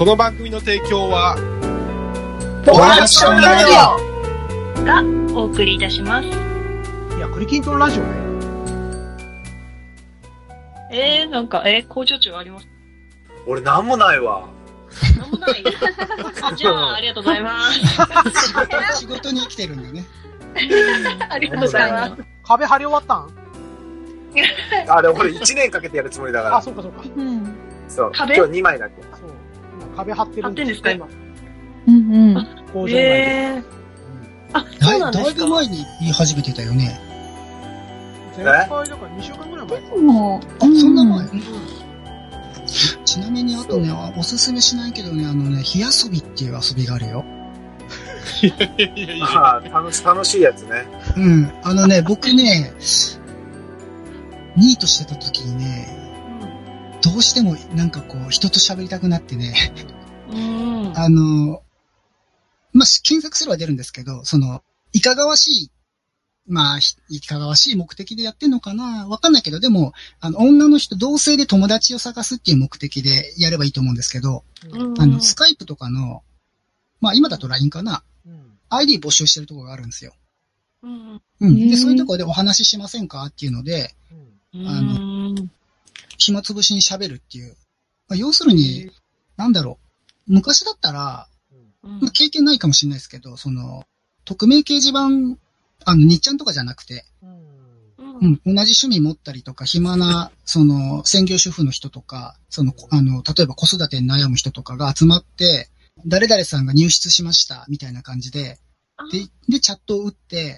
この番組の提供はポカッションラジオがお送りいたします。 いや、クリキントンラジオね。 なんか、工場長あります？ 俺なんもないわ。 なんもないじゃあ、ありがとうございます。 仕事に来てるんだね。 ありがとうございます。 壁張り終わったん？ でもこれ1年かけてやるつもりだから。 そうかそうか。 そう。 壁今日2枚だけ。 そう。今壁張ってる張ってんですか、今。 工場内で。 そうなんですか。 だいぶ前に言い始めてたよね。 前回だから2週間ぐらい前か。 そんな前。ちなみにあとね、おすすめしないけどね、火遊びっていう遊びがあるよ。 楽しいやつね。 僕ね、ニートしてた時にね、どうしてもなんかこう、人と喋りたくなってね、検索すれば出るんですけど、いかがわしい目的でやってんのかなわかんないけど、でも、女の人、同性で友達を探すっていう目的でやればいいと思うんですけど、スカイプとかの、今だと LINE かな、ID 募集してるところがあるんですよ。で、そういうところでお話ししませんかっていうので、暇つぶしに喋るっていう。要するに、昔だったら、経験ないかもしれないですけど、匿名掲示板、日ちゃんとかじゃなくて、同じ趣味持ったりとか、暇な、専業主婦の人とか、例えば子育てに悩む人とかが集まって、誰々さんが入室しました、みたいな感じで、で、チャットを打って、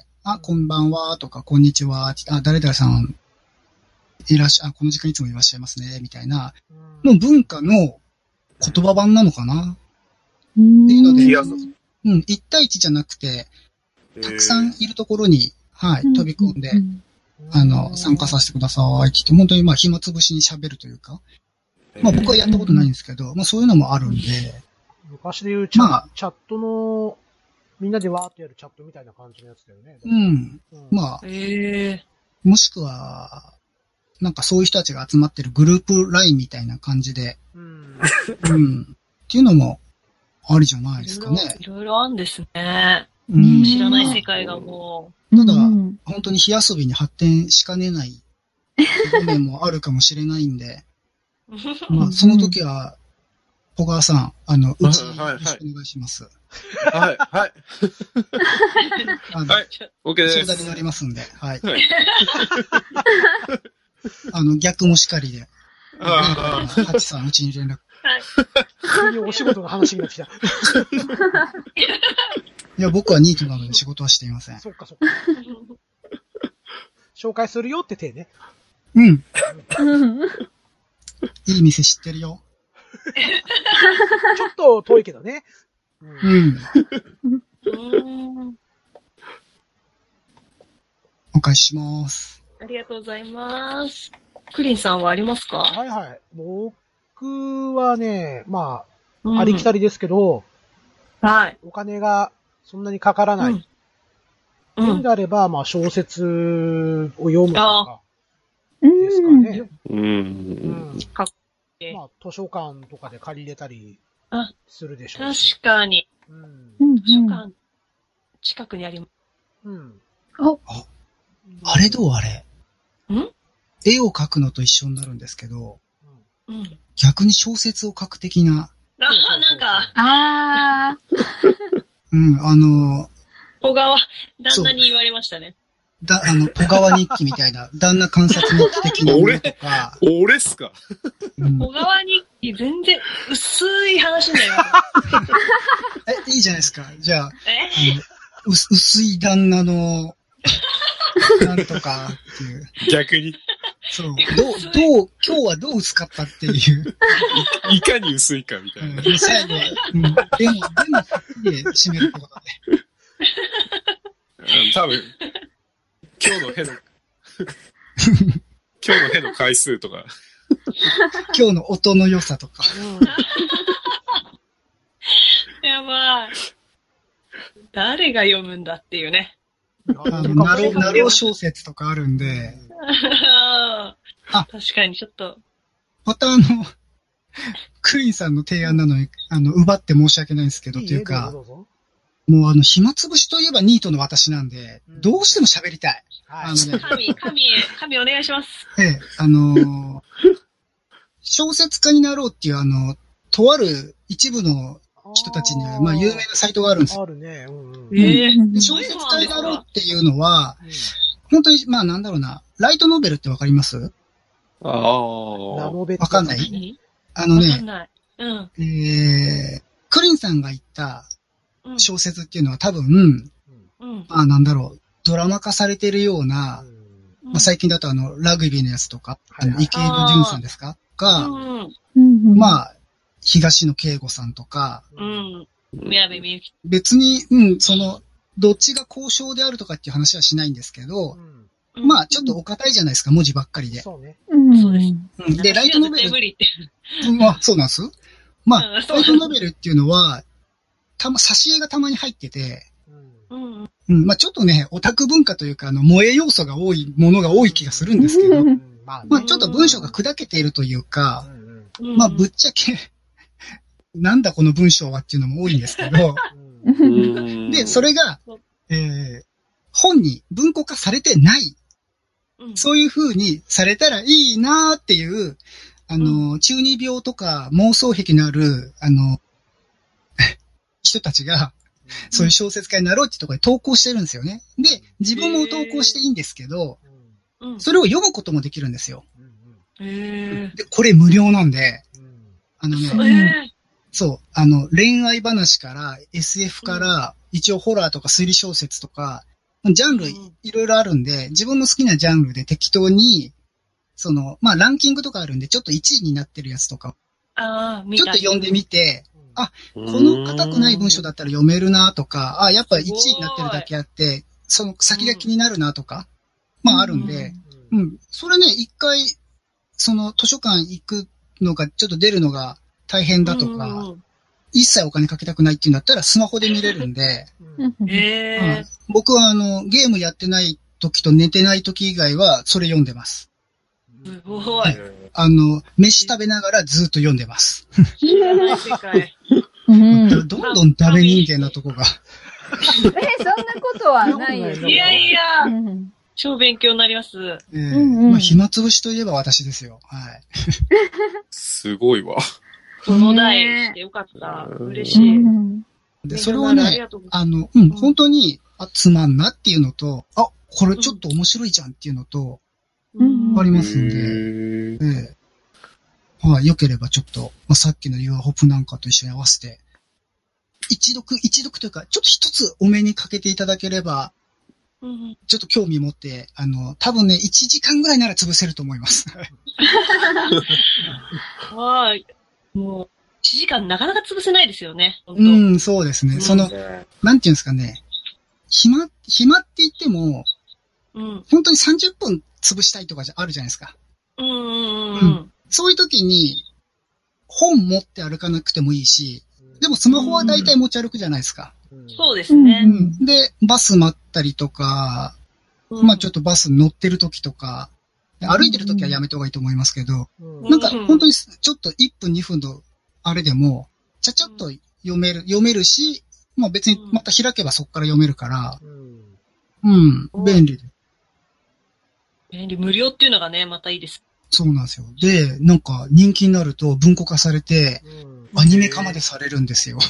こんばんは、とか、こんにちは、誰々さん、この時間いつもいらっしゃいますね、みたいな、の文化の言葉版なのかなっていうので、1対1じゃなくて、たくさんいるところに、飛び込んで、参加させてくださいって言って、本当に暇つぶしに喋るというか、僕はやったことないんですけど、そういうのもあるんで。 昔で言うチャットの、みんなでわーっとやるチャットみたいな感じのやつだよね。もしくは、なんかそういう人たちが集まってるグループ LINE みたいな感じで、っていうのもありじゃないですかね。 いろいろあるんですね。知らない世界がもう。ただ、本当に火遊びに発展しかねない場面もあるかもしれないんで、その時は、小川さん、よろしくお願いします。 はい。はい。OK です。 相談になりますんで、はい。逆もしかりで。ハチさん、うちに連絡。 急にお仕事の話になってきた。 いや、僕はニートなので仕事はしていません。 そっかそっか。紹介するよって手ね。 いい店知ってるよ。 ちょっと遠いけどね。 お返しします。 ありがとうございます。クリンさんはありますか？ はいはい。僕はね、ありきたりですけど、お金がそんなにかからない。であれば、小説を読むとか、ですかね。図書館とかで借りれたりするでしょうし。 確かに。図書館、近くにあります。 あれどうあれ？絵を描くのと一緒になるんですけど、逆に小説を書く的な。 小川、旦那に言われましたね。 小川日記みたいな、旦那観察日記的なものとか。 俺っすか？ 小川日記、全然、薄い話だよ。 いいじゃないですか。じゃあ、薄い旦那の、なんとかっていう。 逆に。 そう。今日はどう薄かったっていう。 いかに薄いかみたいな。 最後は、でも、で締めるってことで。 多分、今日のへの回数とか。 今日の音の良さとか。 やばい。誰が読むんだっていうね。 ナロ小説とかあるんで。 確かにちょっと。 またクリンさんの提案なのに、奪って申し訳ないんですけど、というか、 どうぞもう暇つぶしといえばニートの私なんで、どうしても喋りたい。 はい。 神お願いします。 小説家になろうっていうとある一部の人たちには、まあ有名なサイトがあるんですよ。 あるね。 で小説家になろうっていうのは、本当に、まあなんだろうな、ライトノベルってわかります？ ああ。 わかんない？ わかんない。 クリンさんが言った小説っていうのは多分、まあなんだろう、ドラマ化されているような、まあ最近だとラグビーのやつとか、池井戸潤さんですかが、まあ、東野圭吾さんとか、別に、どっちが交渉であるとかっていう話はしないんですけど、まあ、ちょっとお堅いじゃないですか、文字ばっかりで。 そうね。 そうです。 で、ライトノベル。まあ、そうなんです。まあ、ライトノベルっていうのは、挿絵がたまに入ってて、まあちょっとね、オタク文化というか、萌え要素が多いものが多い気がするんですけど、まあちょっと文章が砕けているというか、まあぶっちゃけ、なんだこの文章はっていうのも多いんですけど、で、それが、本に文庫化されてない、そういう風にされたらいいなーっていう、中二病とか妄想癖のある、人たちが、そういう小説家になろうってところで投稿してるんですよね。で、自分も投稿していいんですけど、それを読むこともできるんですよ。で、これ無料なんで、そう、恋愛話から SF から、一応ホラーとか推理小説とか、ジャンルいろいろあるんで、自分の好きなジャンルで適当に、まあランキングとかあるんで、ちょっと1位になってるやつとか、ちょっと読んでみて、あ、この硬くない文章だったら読めるなとか、あ、やっぱ1位になってるだけあって、その先が気になるなとか、まああるんで、それね、一回、図書館行くのが、ちょっと出るのが大変だとか、一切お金かけたくないっていうんだったらスマホで見れるんで、僕はゲームやってない時と寝てない時以外はそれ読んでます。 すごい。 飯食べながらずっと読んでます。 知らない世界。 どんどんダメ人間なとこが。 そんなことはないよ。 いやいや。超勉強になります。 まあ、暇つぶしといえば私ですよ。はい。 すごいわ。 この代してよかった。嬉しい。 で、それはね、本当に、つまんなっていうのと、これちょっと面白いじゃんっていうのと、ありますんで、はい、良ければちょっと、まあ、さっきのユアホプなんかと一緒に合わせて、一読というか、ちょっと一つお目にかけていただければ、ちょっと興味持って、多分ね、1時間ぐらいなら潰せると思います。 はい。もう、1時間なかなか潰せないですよね。 そうですね。なんていうんですかね。暇って言っても、本当に30分潰したいとかあるじゃないですか。そういう時に、本持って歩かなくてもいいし、でもスマホは大体持ち歩くじゃないですか。 そうですね。 で、バス待ったりとか、まあちょっとバス乗ってる時とか、歩いてる時はやめた方がいいと思いますけど、なんか本当にちょっと1分2分のあれでも、ちょっと読めるし、まあ別にまた開けばそこから読めるから、便利で。 便利、無料っていうのがね、またいいです。 そうなんですよ。で、なんか人気になると文庫化されて、アニメ化までされるんですよ。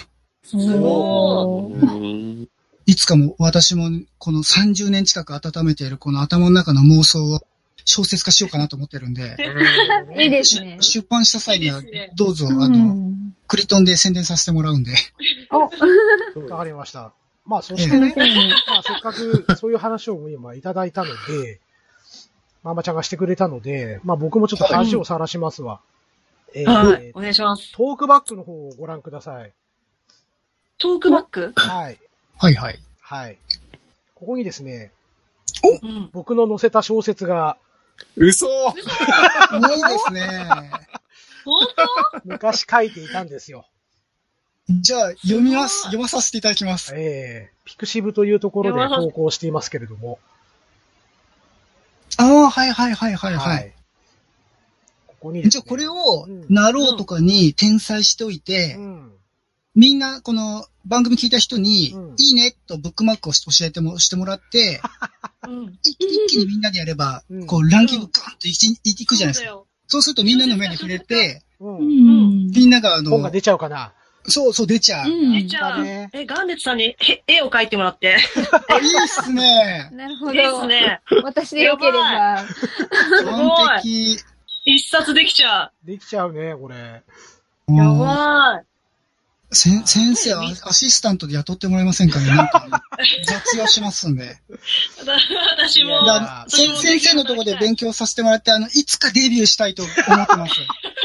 いつかも私もこの30年近く温めているこの頭の中の妄想を小説化しようかなと思ってるんで。 いいですね。 出版した際にはどうぞ、クリトンで宣伝させてもらうんで。 わかりました。まあそしてね、まあせっかくそういう話を今いただいたので、ママちゃんがしてくれたので、まあ僕もちょっと話をさらしますわ。 お願いします。 トークバックの方をご覧ください。 トークバック？ はい。 はいはい。 はい。ここにですね、僕の載せた小説が、 嘘！ いいですね。 本当？ 昔書いていたんですよ。 じゃあ、読まさせていただきます。 ピクシブというところで投稿していますけれども。 はい。 ここにですね。 じゃあこれを、なろうとかに転載しておいて、みんな、この番組聞いた人に、いいねとブックマークをしてもらって、一気にみんなでやれば、こう、ランキングガンといくじゃないですか。そうするとみんなの目に触れて、みんなが本が出ちゃうかな。 そう、出ちゃう。 出ちゃう。ガンデツさんに絵を描いてもらって。 いいっすね。 なるほど。 いいっすね。 私でよければ。 完璧。 一冊できちゃう。 できちゃうね、これ。 やばい。 先生、アシスタントで雇ってもらえませんかね。なんか、雑用しますんで。 私も。 先生のところで勉強させてもらって、いつかデビューしたいと思ってます。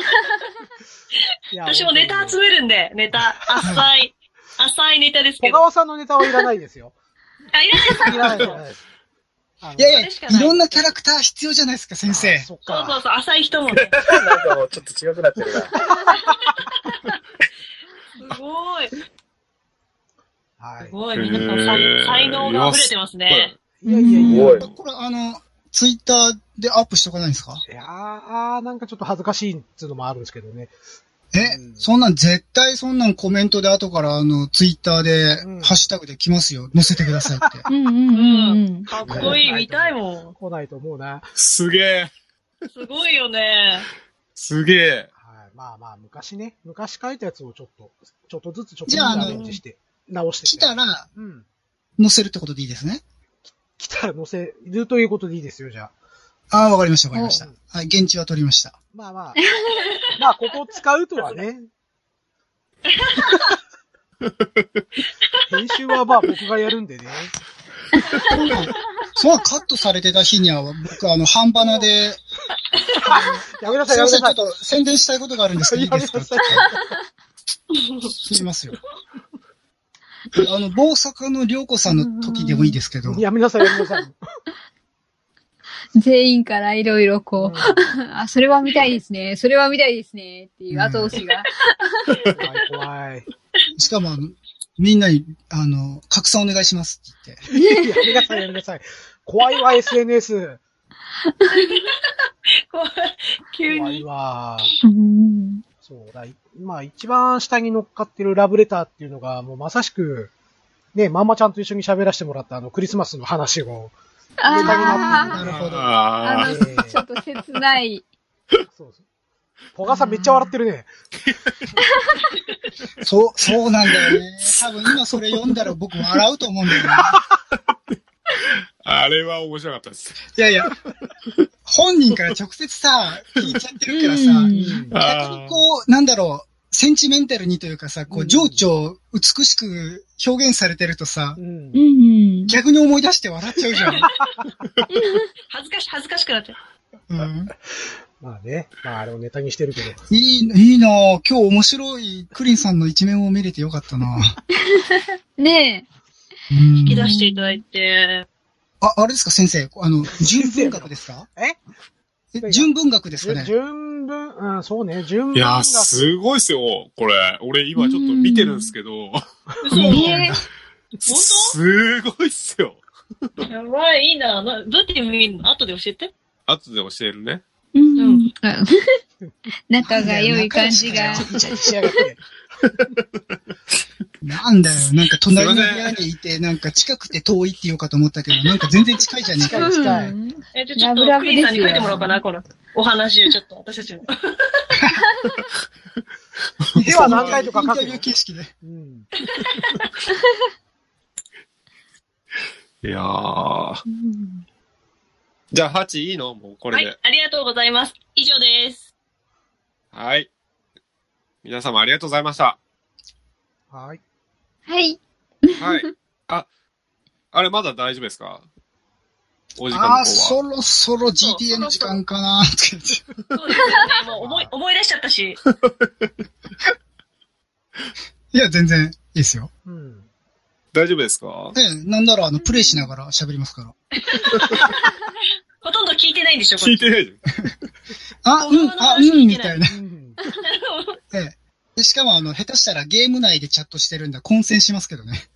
私もネタ集めるんで、ネタ。浅いネタですけど。 小川さんのネタはいらないですよ。 いらないです。 いや、いろんなキャラクター必要じゃないですか、先生。 そう、浅い人もね。 なんかもうちょっと違くなってるな。 すごい。 はい。 すごい、皆さん才能が溢れてますね。 いや。 これツイッターでアップしとかないんですか？ いやー、なんかちょっと恥ずかしいっていうのもあるんですけどね。 絶対そんなんコメントで後からツイッターで、ハッシュタグで来ますよ。載せてくださいって。 かっこいい、見たいもん。 来ないと思うな。 すげえ。 すごいよね。 すげえ。 はい。まあ、昔書いたやつをちょっとずつアレンジして、直して。 来たら、載せるってことでいいですね。 来たら載せるということでいいですよ、じゃあ。わかりました。はい、現地は取りました。 まあ、ここを使うとはね。編集は僕がやるんでね。 そうカットされてた日には、僕半ばなで、 やめなさい。ちょっと宣伝したいことがあるんですけど、いいですか？言いますよ。大阪の涼子さんの時でもいいですけど。 やめなさい。 全員からいろいろそれは見たいですね。それは見たいですね。っていう後押しが。 怖い。 しかもみんなに、拡散お願いしますって言って。やめなさい。怖いわ、SNS。 急に。 怖いわ。そうだ。今、一番下に乗っかってるラブレターっていうのが、もうまさしく、ね、ママちゃんと一緒に喋らせてもらったクリスマスの話を、ネタになってる。 なるほど。 ちょっと切ない。 そう。小川さんめっちゃ笑ってるね。 そうなんだよね。多分今それ読んだら僕笑うと思うんだよね。 あれは面白かったです。 いや、本人から直接さ、聞いちゃってるからさ、逆にセンチメンタルにというかさ、情緒美しく表現されてるとさ、逆に思い出して笑っちゃうじゃん。 恥ずかしくなっちゃう。 まあね。あれをネタにしてるけど。 いいなぁ。今日面白いクリンさんの一面を見れてよかったなねえ。引き出していただいて。 あれですか、先生。純文学ですか？純文学ですかね？ そうね、純文学。 いや、すごいっすよ、これ。俺今ちょっと見てるんですけど。すごいっすよ。 やばい、いいな。どうやって見るの？後で教えて。後で教えるね。 仲が良い感じが。 なんだよ、隣の部屋にいて、近くて遠いって言おうかと思ったけど、全然近いじゃねえか。 近い。 ちょっとクリーンさんに書いてもらおうかな、このお話をちょっと、私たちも。 では何回とか書く。 インタビュー形式で。 いやー。じゃあ、8いいの？もうこれで。 はい、ありがとうございます。以上です。 はい。皆様ありがとうございました。 はい。 はい。 あれまだ大丈夫ですか？お時間の方は。 そろそろ GTA の時間かなって。 そうですよね。もう思い出しちゃったし。 いや、全然いいですよ。 大丈夫ですか？ なんならプレイしながら喋りますから。 ほとんど聞いてないんでしょ？ 聞いてないじゃん。みたいな。しかも下手したらゲーム内でチャットしてるんだ。混戦しますけどね。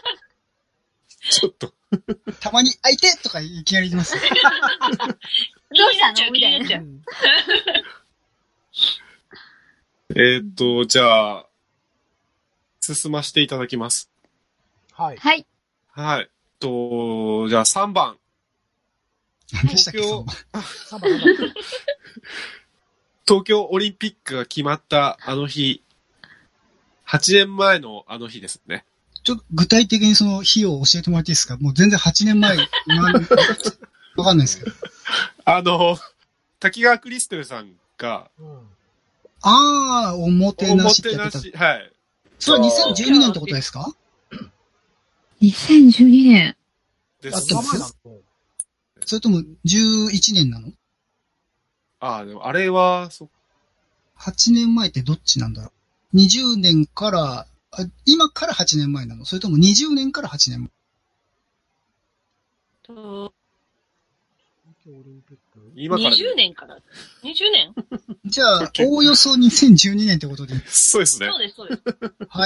ちょっと。 たまに相手とかいきなり言いますよ。 したのみたいな。 じゃあ、進ましていただきます。 はい。 はい。 はい。じゃあ3番。 何でしたっけ、3番。 東京オリンピックが決まったあの日。8年前のあの日ですね。 ちょっと具体的にその日を教えてもらっていいですか？もう全然8年前、わかんないですけど。 滝川クリステルさんが、 おもてなしってやってた。 はい。 それは2012年ってことですか？ 2012 年。 です。 それとも11年なの？ でもあれは、 8年前ってどっちなんだろう。20年から、今から8年前なの？それとも20年から8年前？ 今から、 20年から ?20 年じゃあ、おおよそ2012年ってことで。 そうですね。 そうです、そうです。 はい。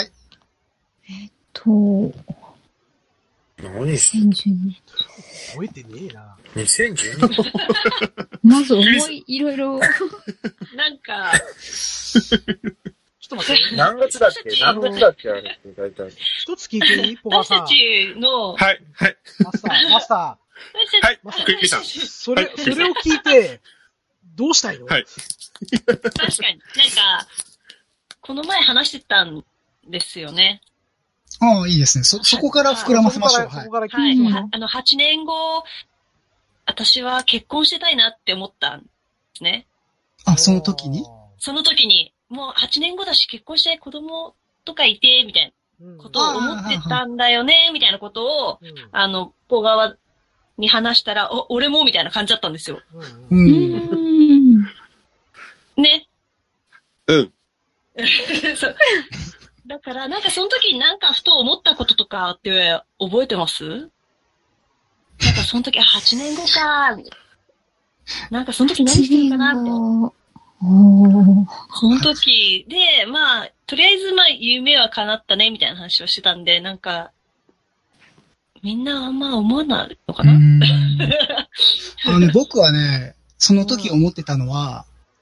何し 2012年。 覚えてねえな。 2012年まずいろいろ。 なんか、 ちょっと待って。 何月だっけあれって大体。 一つ聞いていい？ポガさん。 私たちの、 はい、はい。 マスター。 はい、クリスさん。 それを聞いて、どうしたいの？ はい。 確かに。なんか、この前話してたんですよね。 ああ、いいですね。そこから膨らませましょう。 そこからはい。8年後、私は結婚してたいなって思ったんですね。 あ、その時に？ その時に、もう8年後だし結婚して子供とかいて、みたいなことを思ってたんだよね、みたいなことを、ポガワに話したら、俺もみたいな感じだったんですよ。ね。 うん。 そう。だから、なんかその時になんかふと思ったこととかって覚えてます？なんかその時、8年後か、みたいな。なんかその時何してるかな、みたいな。その時で、まあ、とりあえずまあ、夢は叶ったね、みたいな話をしてたんで、なんか、みんなあんま思わないのかな？ 僕はね、その時思ってたのは、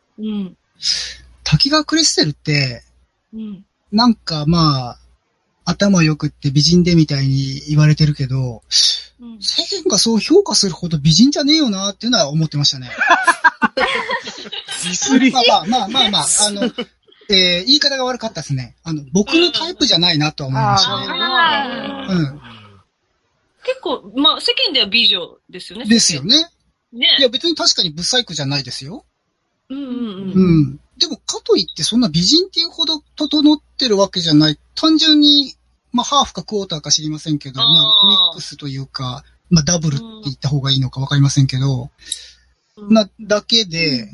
滝川クリステルって、なんかまあ、頭良くって美人でみたいに言われてるけど、世間がそう評価するほど美人じゃねえよなっていうのは思ってましたね。 ディスり。 まあ、言い方が悪かったですね。僕のタイプじゃないなとは思いましたね。 結構、まあ、世間では美女ですよね。 ですよね。 ね。 いや、別に確かにブサイクじゃないですよ。 でも、 かといってそんな美人っていうほど整ってるわけじゃない。単純に、まあ、ハーフかクォーターか知りませんけど、まあ、ミックスというか、まあ、ダブルって言った方がいいのかわかりませんけど、だけで、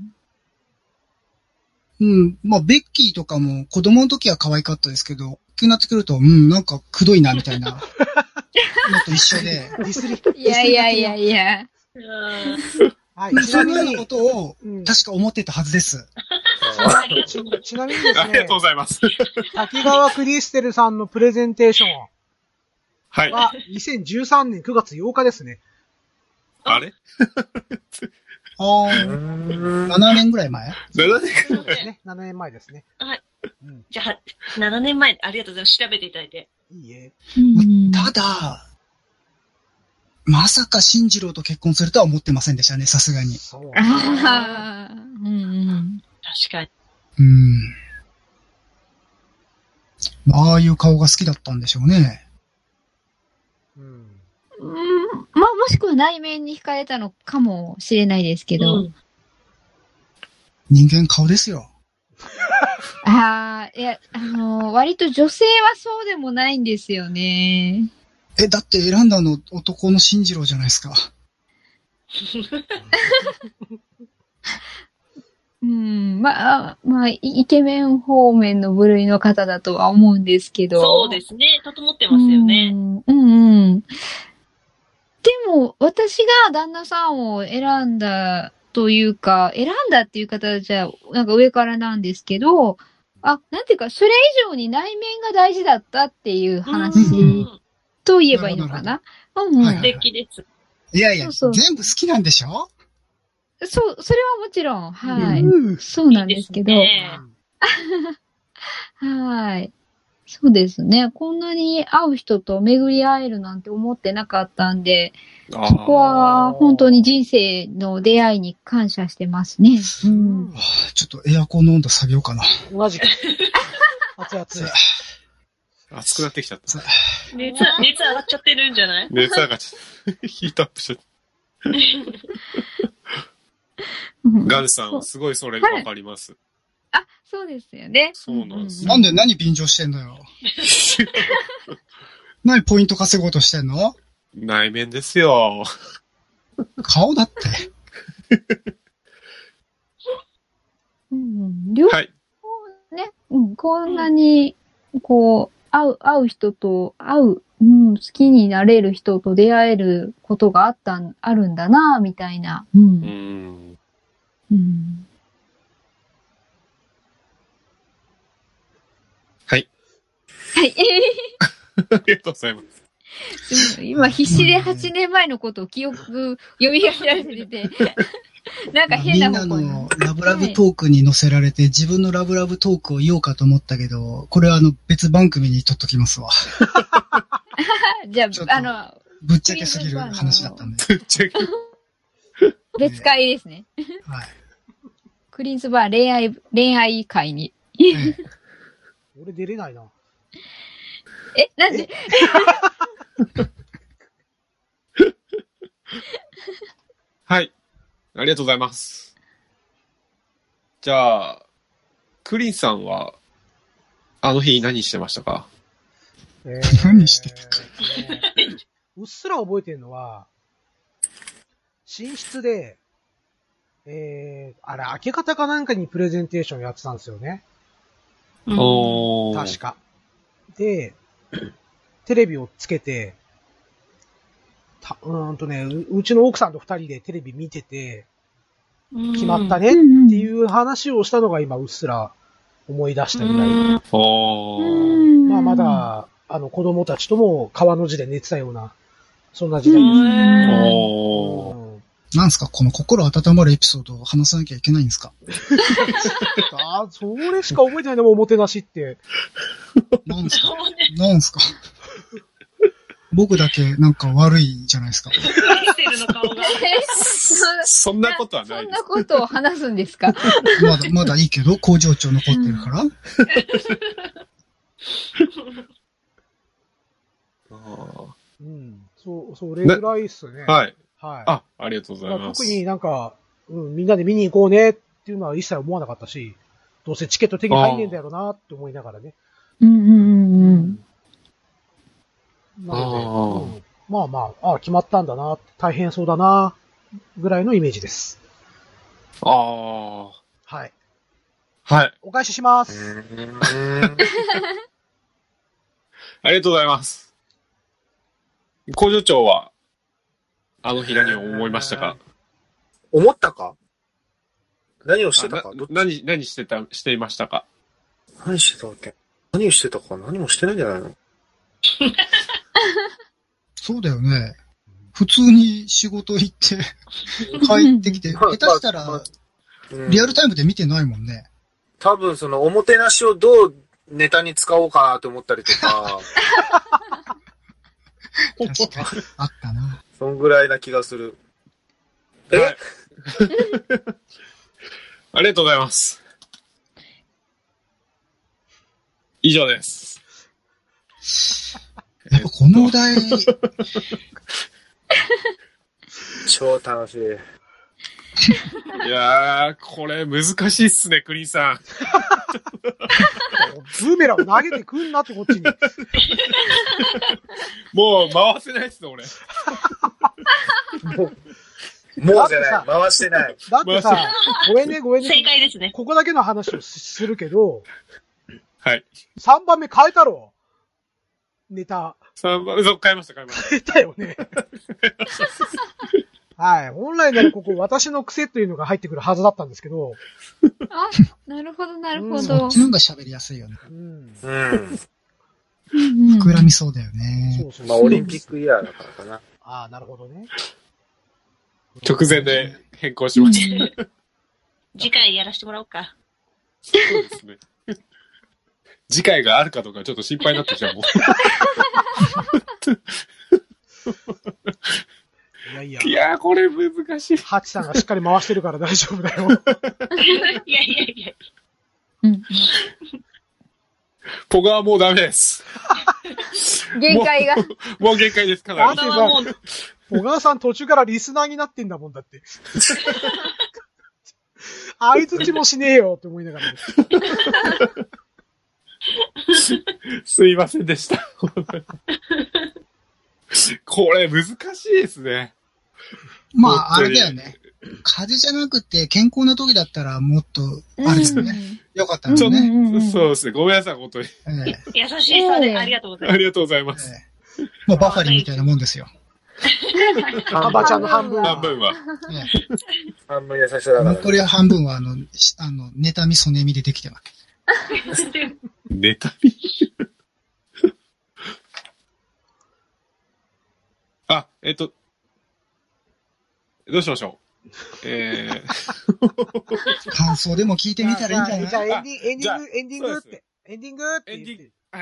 まあ、ベッキーとかも子供の時は可愛かったですけど、大きくなってくると、なんかくどいな、みたいなのと一緒で。 いや。 はい、そのようなことを、確か思ってたはずです。 ちなみにですね。 ありがとうございます。 滝川クリステルさんのプレゼンテーションは、2013年9月8日ですね。 あれ 7年ぐらい前 ?7 年ぐらいね。7年前ですね。 はい。じゃあ、7年前、ありがとうございます。調べていただいて。 いいえ。 ただ、まさか進次郎と結婚するとは思ってませんでしたね、さすがに。 確かに。 ああいう顔が好きだったんでしょうね。 まあ、もしくは内面に惹かれたのかもしれないですけど。 人間顔ですよ。 いや、割と女性はそうでもないんですよね。 だって選んだの男の進次郎じゃないですか。 まあ、イケメン方面の部類の方だとは思うんですけど。 そうですね。整ってますよね。 でも、私が旦那さんを選んだというか、選んだっていう方じゃ、なんか上からなんですけど、なんていうか、それ以上に内面が大事だったっていう話と言えばいいのかな。 素敵です。 いや、全部好きなんでしょ？ それはもちろん、はい。そうなんですけど。はい。そうですね。こんなに会う人と巡り会えるなんて思ってなかったんで、そこは本当に人生の出会いに感謝してますね。 ちょっとエアコンの温度下げようかな。 同じく。熱々。 熱くなってきちゃった。 熱上がっちゃってるんじゃない？ 熱上がっちゃった。ヒートアップしちゃった。ガンさん、すごいそれわかります。 あ、そうですよね。 そうなんです。 なんで何便乗してんのよ。何ポイント稼ごうとしてんの？ 内面ですよ。 顔だって。 はい。 ね、こんなに、こう、会う人と、好きになれる人と出会えることがあるんだな、みたいな。 はい。 はい。 ありがとうございます。 今必死で8年前のことを蘇らせてて、なんか変な方向に。 みんなのラブラブトークに載せられて、自分のラブラブトークを言おうかと思ったけど、これは別番組に撮っときますわ。 じゃあ、 ぶっちゃけすぎる話だったんで。 ぶっちゃけ。 別会ですね。 はい。 クリーンズバー恋愛会に。 俺出れないな。 なんではい。ありがとうございます。じゃあ、クリンさんは、あの日何してましたか？ 何してたか。 うっすら覚えてるのは、寝室で、あれ、明け方かなんかにプレゼンテーションやってたんですよね。確か。で、テレビをつけて、うちの奥さんと二人でテレビ見てて、決まったねっていう話をしたのが今うっすら思い出したぐらい。まあまだ、子供たちとも川の字で寝てたような、そんな時代ですね。 なんすかこの心温まるエピソードを話さなきゃいけないんですか？ それしか覚えてないのもおもてなしって。 なんすか僕だけなんか悪いじゃないですか。 そんなことはない。 そんなことを話すんですか？ まだいいけど、工場長残ってるから。 それぐらいっすね。 はい。ありがとうございます。 特になんか、みんなで見に行こうねっていうのは一切思わなかったし、どうせチケット手に入んねえんだろうなって思いながらね。なので、まあ、決まったんだな、大変そうだな、ぐらいのイメージです。はい。 はい。 お返しします。 ありがとうございます。工場長は、あの日何を思いましたか？ 思ったか？何をしてたか？ 何していましたか？ 何してたっけ？何をしてたか？何もしてないんじゃないの？ そうだよね。普通に仕事行って帰ってきて、下手したらリアルタイムで見てないもんね。 多分そのおもてなしをどうネタに使おうかなと思ったりとか。 確かにあったな。 そんぐらいな気がする。 はい、ありがとうございます。以上です。 やっぱこのお題超楽しい。 いやー、これ難しいっすね、クリーンさん。 ブーメランを投げてくんなってこっちに。 もう回せないっすね、俺。 もうじゃない、回してない。 だってさ、ごめんね。 正解ですね。 ここだけの話をするけど、 はい。 3番目変えたろ。ネタ。 3番目、変えました。 変えたよね。はい。本来ならここ私の癖というのが入ってくるはずだったんですけど。 あ、なるほど。 そっちの方が喋りやすいよね。膨らみそうだよね。 まあ、オリンピックイヤーだからかな。 なるほどね。 直前で変更しました。 次回やらせてもらおうか。 そうですね。次回があるかどうかちょっと心配になってきたもん。いや、これ難しい。 ハチさんがしっかり回してるから大丈夫だよ。 いや。 ポガはもうダメです。 限界が。 もう限界です、かなり。 ポガさん途中からリスナーになってんだもんだって。相槌もしねえよって思いながら、ね。 すいませんでした。これ難しいですね。 まあ、あれだよね。風邪じゃなくて健康な時だったらもっと、あれですよね。よかったですね。 そうですね。ごめんなさい、本当に。 優しいさでありがとうございます。 ありがとうございます。 まあ、バファリンみたいなもんですよ。 ハバちゃんの半分は。 半分優しさだから。 残りは半分は、妬み、そねみでできてます。 妬みあ、どうしましょう。 感想でも聞いてみたらいいんじゃない？ じゃあエンディングって。エンディングって言って。 はい。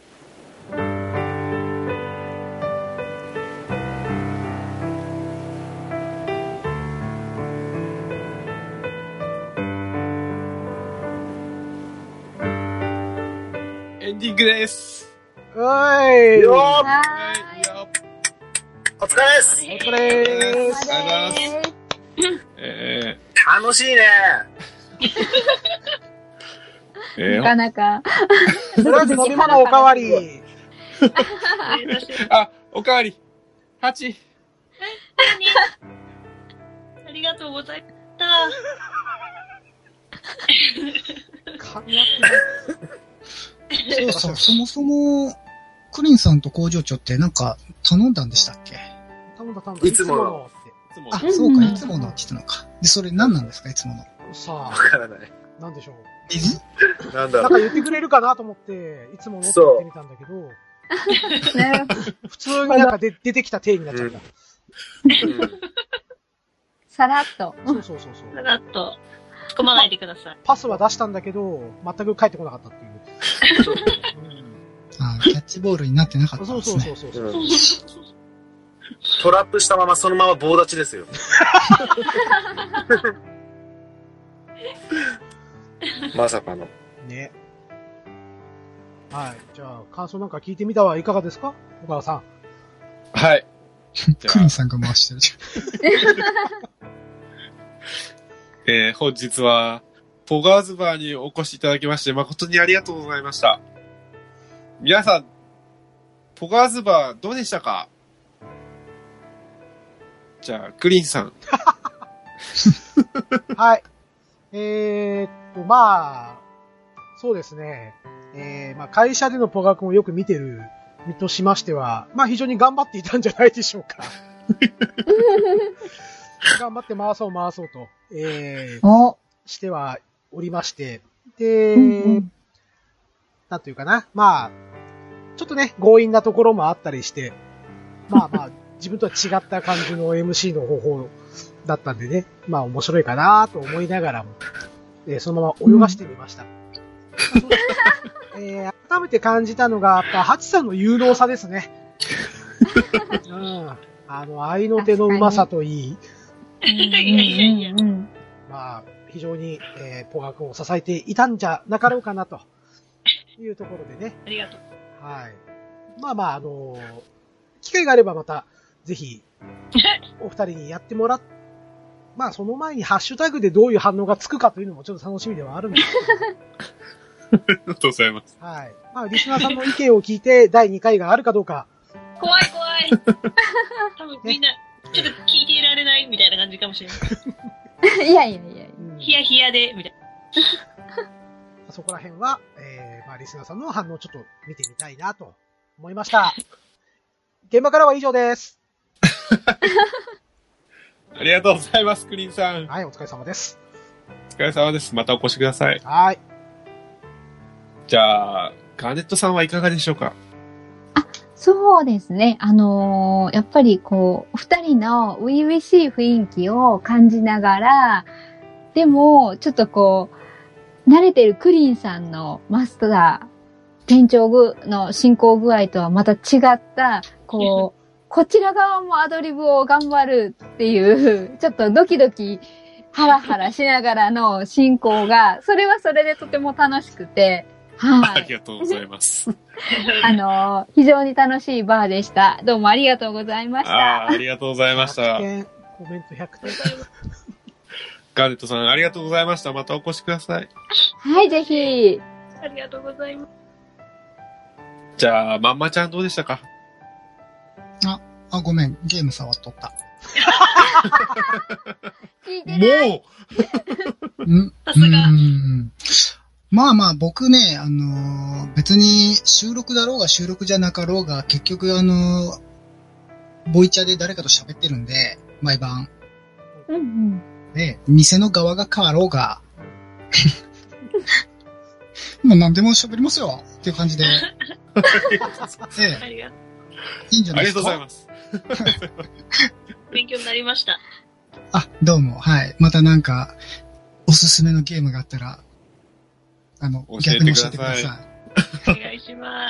エンディングです。 おーい。 よー。 お疲れです。 お疲れーす。 楽しいね。 なかなか。 とりあえず飲み物おかわり。 あ、おかわり。8。 ありがとうございました。 噛み合ってない。 そう、そもそも、クリンさんと工場長ってなんか頼んだんでしたっけ？ 頼んだ。 いつもの。 あ、そうか、いつものって言ったのか。で、それ何なんですか、いつもの。 さあ。 わからない。 なんでしょう。 水？ なんだろう。 なんか言ってくれるかなと思って、いつものって言ってみたんだけど、普通になんか出てきた体になっちゃった。 さらっと。 そう。 さらっと。突っ込まないでください。 パスは出したんだけど、全く返ってこなかったっていう。 キャッチボールになってなかったんですね。 そう。 トラップしたままそのまま棒立ちですよ。まさかの。 ね。はい。じゃあ、感想なんか聞いてみたはいかがですか？小川さん。 はい。 クリンさんが回してるじゃん。本日は、ポガーズバーにお越しいただきまして、誠にありがとうございました。皆さん、ポガーズバーどうでしたか？じゃあ、クリンさん。 はい。まあ、そうですね。会社でのポガ君をよく見てる身としましては、非常に頑張っていたんじゃないでしょうか。頑張って回そうと、してはおりまして、で、なんというかな。ちょっとね、強引なところもあったりして、自分とは違った感じの MC の方法だったんでね、面白いかなと思いながらも、そのまま泳がしてみました。改めて感じたのが、やっぱ、ハチさんの有能さですね。愛の手のうまさといい。非常に、ポガ君を支えていたんじゃなかろうかなというところでね。 ありがとう。 はい。機会があればまた、ぜひ、お二人にやってもらっ、その前にハッシュタグでどういう反応がつくかというのもちょっと楽しみではあるんですけど。ありがとうございます。 はい。リスナーさんの意見を聞いて、第2回があるかどうか。 怖い。多分みんな、ちょっと聞いていられないみたいな感じかもしれない。 いや。 ヒヤヒヤで、みたいな。そこら辺は、リスナーさんの反応をちょっと見てみたいなと思いました。現場からは以上です。 ありがとうございます、クリンさん。 はい、お疲れ様です。 お疲れ様です。またお越しください。 はい。 じゃあ、ガーネットさんはいかがでしょうか？ そうですね。やっぱりこう、二人の初々しい雰囲気を感じながら、でも、ちょっとこう、慣れてるクリーンさんのマスター、店長の進行具合とはまた違った、こう、こちら側もアドリブを頑張るっていう、ちょっとドキドキ、ハラハラしながらの進行が、それはそれでとても楽しくて、はい。 ありがとうございます。 非常に楽しいバーでした。どうもありがとうございました。 ありがとうございました。 コメント100点。 ガーネットさん、ありがとうございました。またお越しください。 はい、ぜひ。 ありがとうございます。 じゃあ、まんまちゃんどうでしたか？ ごめん。ゲーム触っとった。 聞いてない。 もうさすが。 まあまあ僕ね、別に収録だろうが収録じゃなかろうが、結局ボイチャで誰かと喋ってるんで、毎晩。 うんうん。 で、店の側が変わろうが、もう何でも喋りますよっていう感じで。いいんじゃないですか。ありがとうございます。 勉強になりました。 どうも。はい。またなんか、おすすめのゲームがあったら、逆に教えてください。 お願いします。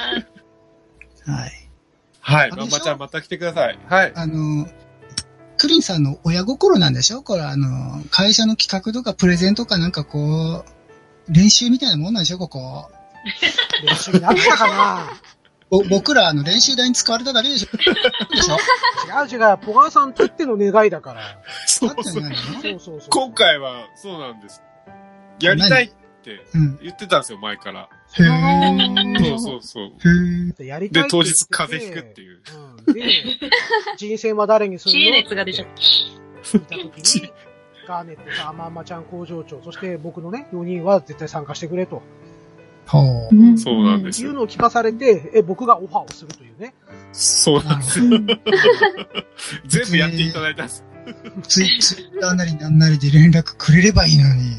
はい。 はい。まんまちゃんまた来てください。はい。 クリンさんの親心なんでしょ？これ会社の企画とかプレゼンとかなんかこう、練習みたいなもんなんでしょ？ここ。 練習になったかな僕ら練習台に使われただけでしょ？ 違う。ポガーさんたっての願いだから。 そう。今回は、そうなんです。やりたいって言ってたんですよ、前から。 へー。 そう。 やりたいで、当日風邪ひくっていう。 で、人選は誰にするの？ 知恵熱が出ちゃった。 聞いた時に、ガーネットさん、まんまちゃん工場長、そして僕のね、4人は絶対参加してくれと。 そうなんですよ。 いうのを聞かされて、僕がオファーをするというね。 そうなんですよ。全部やっていただいたんです。 ツイッターなりなんなりで連絡くれればいいのに。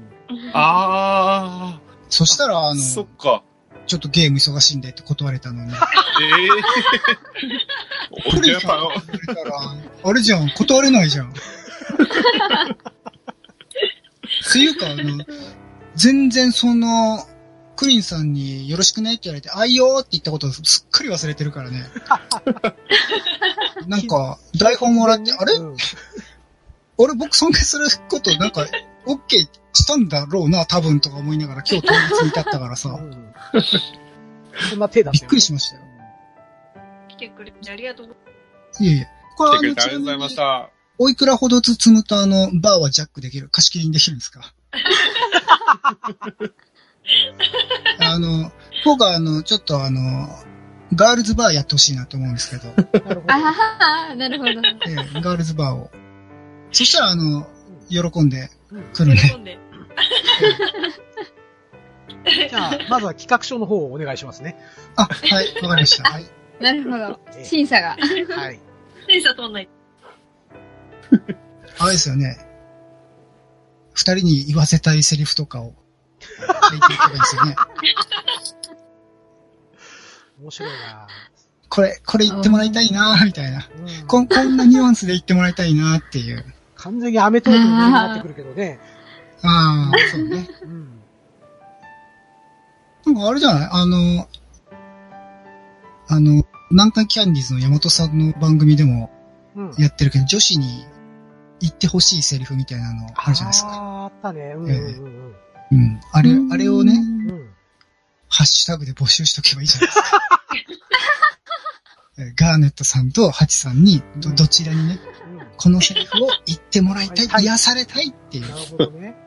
そしたらそっか。 ちょっとゲーム忙しいんでって断れたのに。 俺やっぱあれじゃん、断れないじゃん。っていうか、全然クリンさんによろしくねって言われて、あいよーって言ったことをすっかり忘れてるからね。なんか、台本もらって、あれ、俺僕尊敬することなんか、オッケーしたんだろうな、多分とか思いながら今日当日に至ったからさ。 そんな手だったよね。 びっくりしましたよ。 来てくれてありがとうございます。いえ。これありがとうございました。 おいくらほど積むとバーはジャックできる、貸し切りにできるんですか？僕はちょっとガールズバーやってほしいなと思うんですけど。 なるほど。 ガールズバーを。そしたら喜んで来るね。 喜んで。 じゃあ、まずは企画書の方をお願いしますね。 はい、わかりました。はい。 なるほど。審査が。 はい。 審査通んない。 あれですよね。二人に言わせたいセリフとかを書いていけばいいですよね。 面白いなこれ言ってもらいたいなみたいな。こんなニュアンスで言ってもらいたいなっていう。 完全にアメトークになってくるけどね。 そうね。なんかあれじゃない南海キャンディーズの山本さんの番組でもやってるけど、女子に言ってほしいセリフみたいなのあるじゃないですか。 あったね。 あれをね、ハッシュタグで募集しとけばいいじゃないですか。ガーネットさんとハチさんにどちらにね、このセリフを言ってもらいたい、癒されたいっていう。 なるほどね。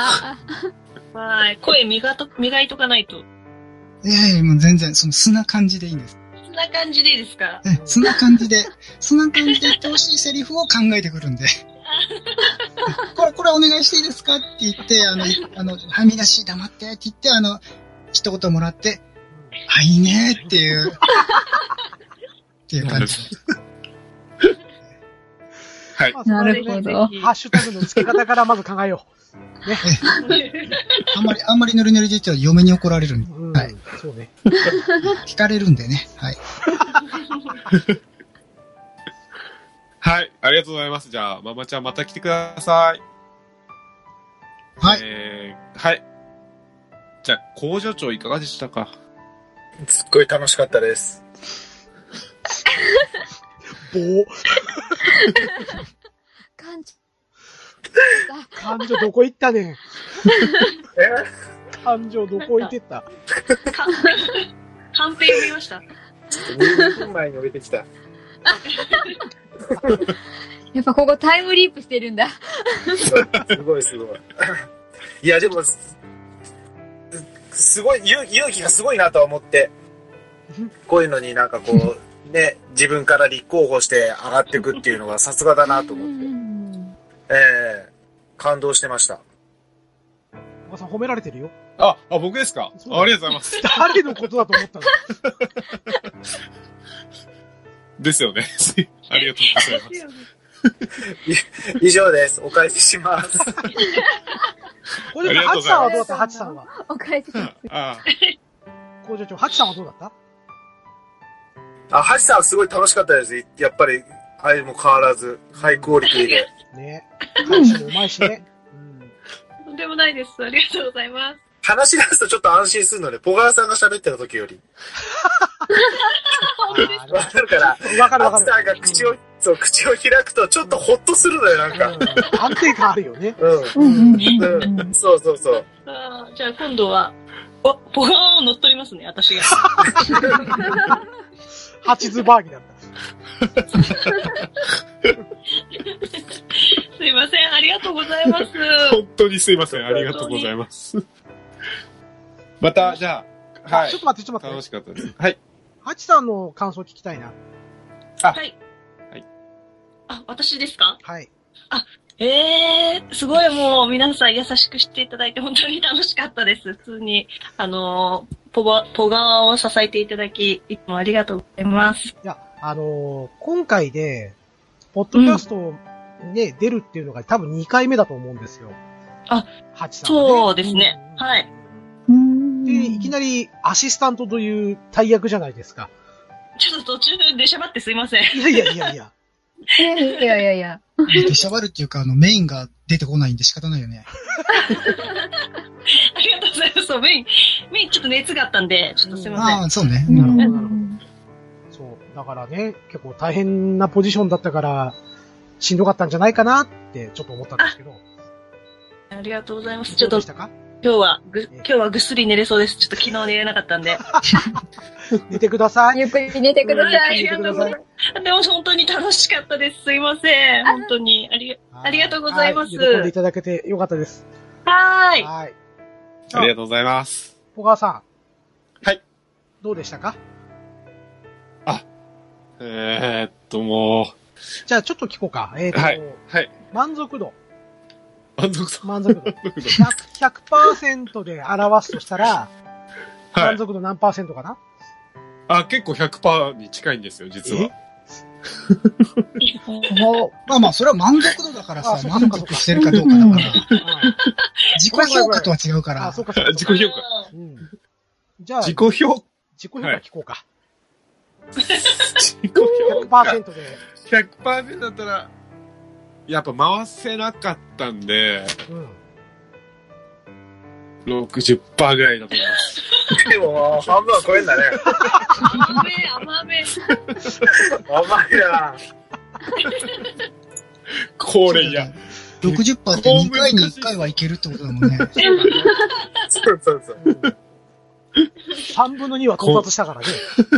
声磨いとかないと。 もう全然、素な感じでいいんです。 素な感じでいいですか？ 素な感じで言ってほしいセリフを考えてくるんで。これお願いしていいですかって言って、はみ出し黙ってって言って、一言もらって、いいねっていう、っていう感じ。 はい。 なるほど。 ハッシュタグの付け方からまず考えよう。ね。 あんまりノリノリで言ったら嫁に怒られるんで。はい。 そうね。 聞かれるんでね。はい。 はい、ありがとうございます。じゃあ、ママちゃんまた来てください。 はい。 はい。じゃあ、工場長いかがでしたか？ すっごい楽しかったです。 感情どこ行ったねん。感情どこ行ってった？ カンペ読みました。 2分前に置いてきた。 やっぱここタイムリープしてるんだ。 すごい。いや、でも、すごい、勇気がすごいなとは思って、こういうのになんかこう、ね、自分から立候補して上がっていくっていうのがさすがだなと思って、感動してました。 お母さん褒められてるよ。 あ、僕ですか？ありがとうございます。 誰のことだと思ったの？ ですよね。ありがとうございます。 以上です。お返しします。 工場長、ハチさんはどうだった？ハチさんは。 お返しします。 工場長、ハチさんはどうだった？ ハチさんはすごい楽しかったです。やっぱり、あれも変わらず、ハイクオリティで。 ね。返しもうまいしね。 とんでもないです。ありがとうございます。 話し出すとちょっと安心するので、ポガーさんが喋ってた時より。わかるから、 わかる。 ハチさんが口を開くとちょっとホッとするのよ、なんか。 安定感あるよね。 そう。 じゃあ今度は、ポガーンを乗っ取りますね、私が。 ハチズバーギだった。 すいません、ありがとうございます。 本当にすいません、ありがとうございます。また、じゃあ、はい。 ちょっと待って。 楽しかったです。はい。 ハチさんの感想聞きたいな。 はい。私ですか？ はい。 すごいもう皆さん優しくしていただいて本当に楽しかったです。普通に、ポガーを支えていただき、いつもありがとうございます。いや、今回で、ポッドキャストね、出るっていうのが多分2回目だと思うんですよ。ハチさん、ね。 そうですね。はい。 で、いきなりアシスタントという大役じゃないですか。 ちょっと途中でしゃばってすいません。 いや。 いや。 出しゃばるっていうか、メインが出てこないんで仕方ないよね。 ありがとうございます。メインちょっと熱があったんで、ちょっとすいません。 そうね。 なるほど。そう。だからね、結構大変なポジションだったから、しんどかったんじゃないかなってちょっと思ったんですけど。 ありがとうございます。ちょっと、 どうでしたか？ 今日はぐっすり寝れそうです。ちょっと昨日寝れなかったんで。 寝てください。 ゆっくり寝てください。 ありがとうございます。でも本当に楽しかったです。すいません。本当に。ありがとうございます。 喜んでいただけてよかったです。 はい。 ありがとうございます。 小川さん。 はい。 どうでしたか？ もう。 じゃあちょっと聞こうか。 はい。 満足度。 満足度。 100% で表すとしたら、満足度何%かな？ 結構 100% に近いんですよ、実は。 まあ、それは満足度だからさ、満足してるかどうかだから。自己評価とは違うから。 そうか。 自己評価。 じゃあ、 自己評価聞こうか。 自己評価。 100% で。 100% だったら、やっぱ回せなかったんで、60% ぐらいだと思います。 でも、半分は超えんだね。 甘め。 甘いな。 これ 60% って2回に1回はいけるってことだもんね。 そう。 3分の2は到達したからね。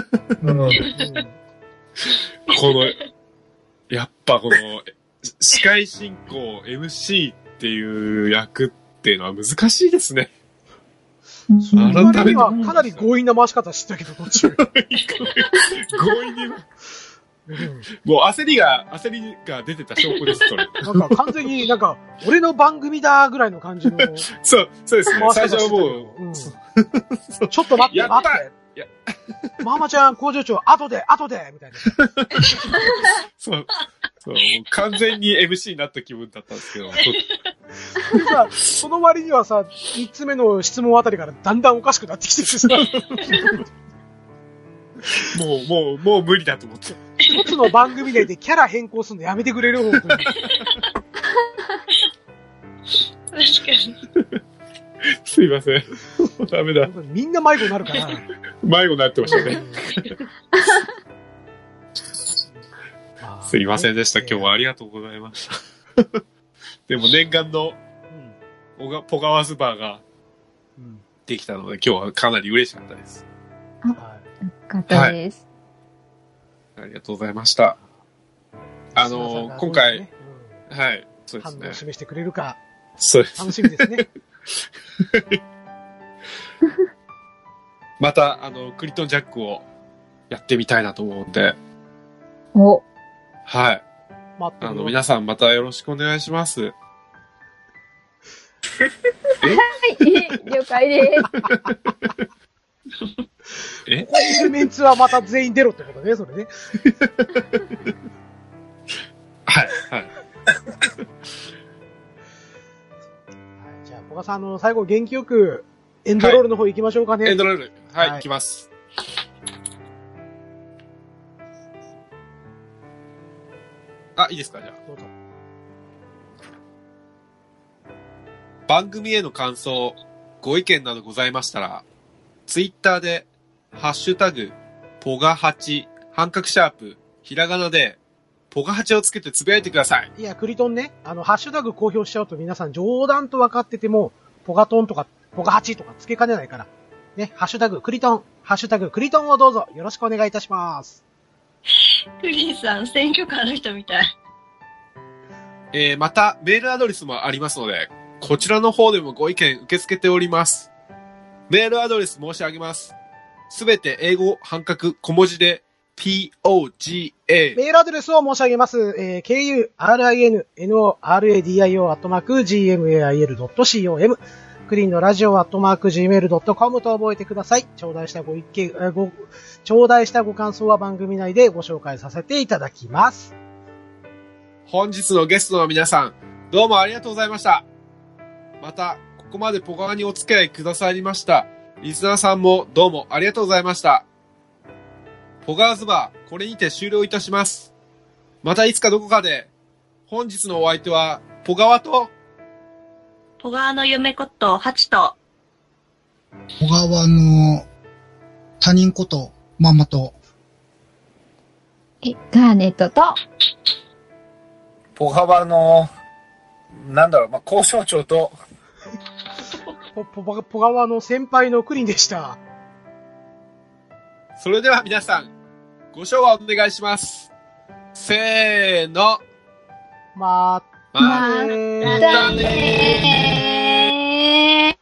やっぱこの、司会進行 MC っていう役っていうのは難しいですね。 改めて。かなり強引な回し方してたけど、どっちも。 強引に。もう焦りが出てた証拠です、それ。 なんか完全に俺の番組だぐらいの感じの。 そうですね。最初はもう、ちょっと待って。ママちゃん、工場長、後でみたいな。 そう、完全に MC になった気分だったんですけど。 その割にはさ、3つ目の質問あたりからだんだんおかしくなってきてるしさ。 もう無理だと思って。 一つの番組内でキャラ変更するのやめてくれる本当に。 確かに。 すいません。ダメだ。 みんな迷子になるから。 迷子になってましたね。すいませんでした。今日はありがとうございました。でも念願のポガワズバーができたので、今日はかなり嬉しかったです。 よかったです。 ありがとうございました。今回、はい、そうですね。 反応を示してくれるか。 そうです。 楽しみですね。 また、クリトンジャックをやってみたいなと思うんで。 お。 はい。皆さんまたよろしくお願いします。はい 、了解です。 ここにいるメンツはまた全員出ろってことね、それね。 はい、はい。 じゃあ、小川さん、最後元気よく、エンドロールの方行きましょうかね。 エンドロール。はい、行きます。いいですか、じゃあ。どうぞ。番組への感想、ご意見などございましたら、ツイッターで、ハッシュタグ、ポガ8、半角シャープ、ひらがなで、ポガ8をつけてつぶやいてください。 いや、クリトンね、ハッシュタグ公表しちゃうと皆さん冗談と分かってても、ポガトンとか、ポガ8とかつけかねないから。ね、ハッシュタグクリトン、ハッシュタグクリトンをどうぞよろしくお願いいたします。 クリンさん、選挙カーの人みたい。 また、メールアドレスもありますので、こちらの方でもご意見受け付けております。メールアドレス申し上げます。すべて英語、半角、小文字で、POGA。 メールアドレスを申し上げます。KURINNORADIO@gmail.com。クリーンのラジオ@gmail.com と覚えてください。頂戴したご感想は番組内でご紹介させていただきます。 本日のゲストの皆さん、どうもありがとうございました。また、ここまでポガワにお付き合いくださりました。リスナーさんもどうもありがとうございました。ポガワズバー、これにて終了いたします。またいつかどこかで、本日のお相手は、ポガワと、 ポガワの夢こと、ハチと、 ポガワの他人こと、ママと、 ガーネットと、 ポガワの、交渉長と、 ポガワの先輩のクリンでした。 それでは皆さん、ご唱和お願いします。せーの。 またねー。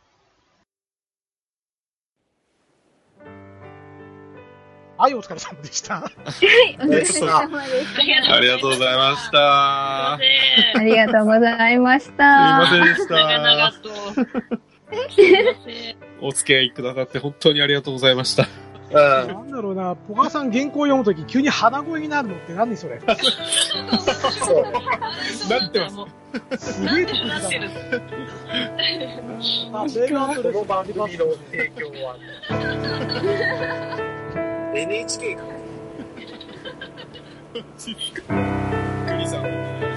はい、お疲れ様でした。 はい、お疲れ様でした。 ありがとうございました。 ありがとうございました。 すいませんでした。 長々と。 お付き合いくださって本当にありがとうございました。 なんだろうな、ポガさん原稿読むとき急に鼻声になるのって何それ。 そう。なってます。 すげえ得意だな。 この番組の提供は NHK か。 クリさん。